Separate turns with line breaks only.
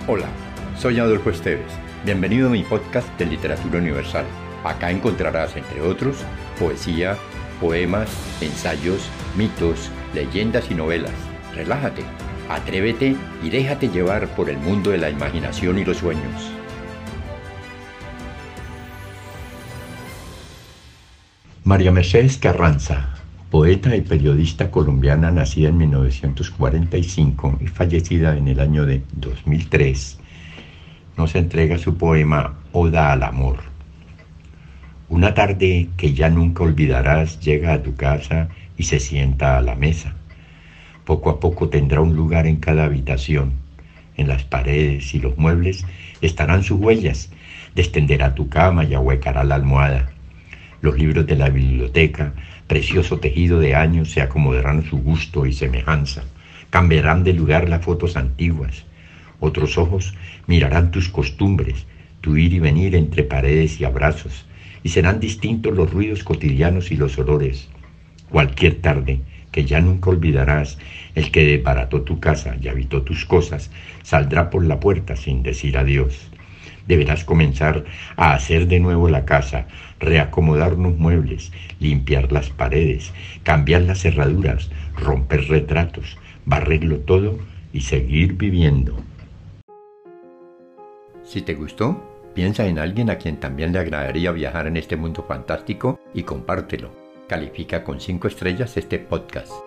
Hola, soy Adolfo Esteves. Bienvenido a mi podcast de Literatura Universal. Acá encontrarás, entre otros, poesía, poemas, ensayos, mitos, leyendas y novelas. Relájate, atrévete y déjate llevar por el mundo de la imaginación y los sueños. María Mercedes Carranza, poeta y periodista colombiana nacida en 1945 y fallecida en el año de 2003, nos entrega su poema Oda al Amor. Una tarde que ya nunca olvidarás llega a tu casa y se sienta a la mesa. Poco a poco tendrá un lugar en cada habitación. En las paredes y los muebles estarán sus huellas. Descenderá tu cama y ahuecará la almohada. Los libros de la biblioteca, precioso tejido de años, se acomodarán a su gusto y semejanza. Cambiarán de lugar las fotos antiguas. Otros ojos mirarán tus costumbres, tu ir y venir entre paredes y abrazos, y serán distintos los ruidos cotidianos y los olores. Cualquier tarde, que ya nunca olvidarás, el que desbarató tu casa y habitó tus cosas, saldrá por la puerta sin decir adiós. Deberás comenzar a hacer de nuevo la casa, reacomodar los muebles, limpiar las paredes, cambiar las cerraduras, romper retratos, barrerlo todo y seguir viviendo. Si te gustó, piensa en alguien a quien también le agradaría viajar en este mundo fantástico y compártelo. Califica con 5 estrellas este podcast.